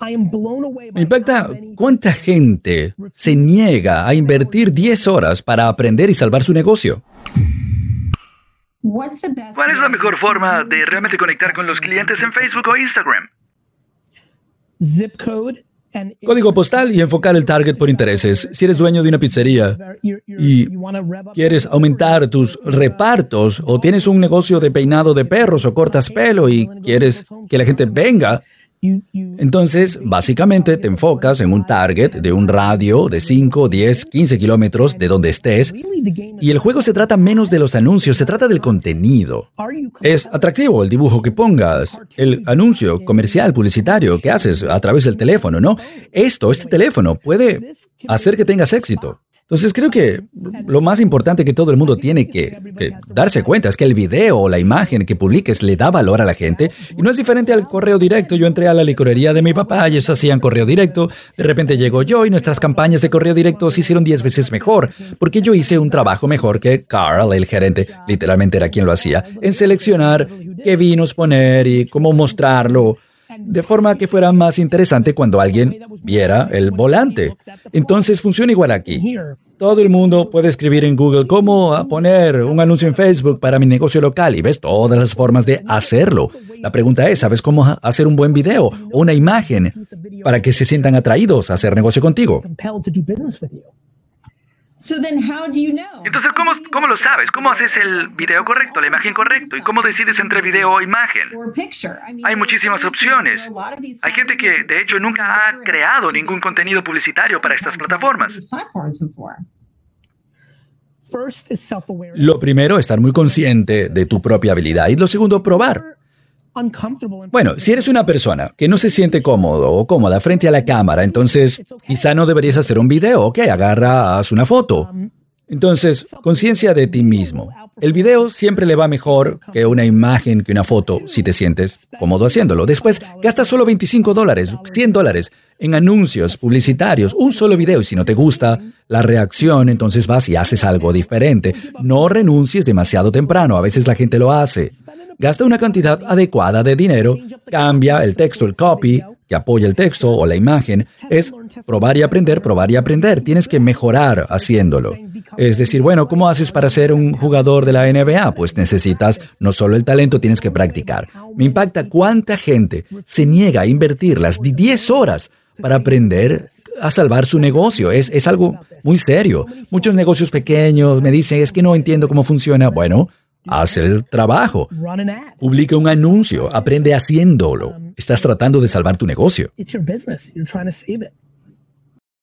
Me impacta cuánta gente se niega a invertir 10 horas para aprender y salvar su negocio. ¿Cuál es la mejor forma de realmente conectar con los clientes en Facebook o Instagram? Código postal y enfocar el target por intereses. Si eres dueño de una pizzería y quieres aumentar tus repartos o tienes un negocio de peinado de perros o cortas pelo y quieres que la gente venga, entonces básicamente te enfocas en un target de un radio de 5, 10, 15 kilómetros de donde estés y el juego se trata menos de los anuncios, se trata del contenido. Es atractivo el dibujo que pongas, el anuncio comercial, publicitario que haces a través del teléfono, ¿no? Este teléfono puede hacer que tengas éxito. Entonces creo que lo más importante que todo el mundo tiene que darse cuenta es que el video o la imagen que publiques le da valor a la gente y no es diferente al correo directo. Yo entré a la licorería de mi papá y ellos hacían correo directo, de repente llegó yo y nuestras campañas de correo directo se hicieron 10 veces mejor porque yo hice un trabajo mejor que Carl, el gerente, literalmente era quien lo hacía, en seleccionar qué vinos poner y cómo mostrarlo, de forma que fuera más interesante cuando alguien viera el volante. Entonces funciona igual aquí. Todo el mundo puede escribir en Google cómo poner un anuncio en Facebook para mi negocio local y ves todas las formas de hacerlo. La pregunta es, ¿sabes cómo hacer un buen video o una imagen para que se sientan atraídos a hacer negocio contigo? Entonces, ¿cómo lo sabes? ¿Cómo haces el video correcto, la imagen correcta? ¿Y cómo decides entre video o imagen? Hay muchísimas opciones. Hay gente que, de hecho, nunca ha creado ningún contenido publicitario para estas plataformas. Lo primero, estar muy consciente de tu propia habilidad. Y lo segundo, probar. Bueno, si eres una persona que no se siente cómodo o cómoda frente a la cámara, entonces quizá no deberías hacer un video. Ok, haz una foto. Entonces, conciencia de ti mismo. El video siempre le va mejor que una imagen, que una foto, si te sientes cómodo haciéndolo. Después, gasta solo $25, $100 en anuncios publicitarios, un solo video. Y si no te gusta la reacción, entonces vas y haces algo diferente. No renuncies demasiado temprano. A veces la gente lo hace. Gasta una cantidad adecuada de dinero, cambia el texto, el copy, que apoya el texto o la imagen. Es probar y aprender, probar y aprender. Tienes que mejorar haciéndolo. Es decir, bueno, ¿cómo haces para ser un jugador de la NBA? Pues necesitas no solo el talento, tienes que practicar. Me impacta cuánta gente se niega a invertir las 10 horas para aprender a salvar su negocio. Es algo muy serio. Muchos negocios pequeños me dicen, es que no entiendo cómo funciona. Bueno, haz el trabajo. Publica un anuncio. Aprende haciéndolo. Estás tratando de salvar tu negocio.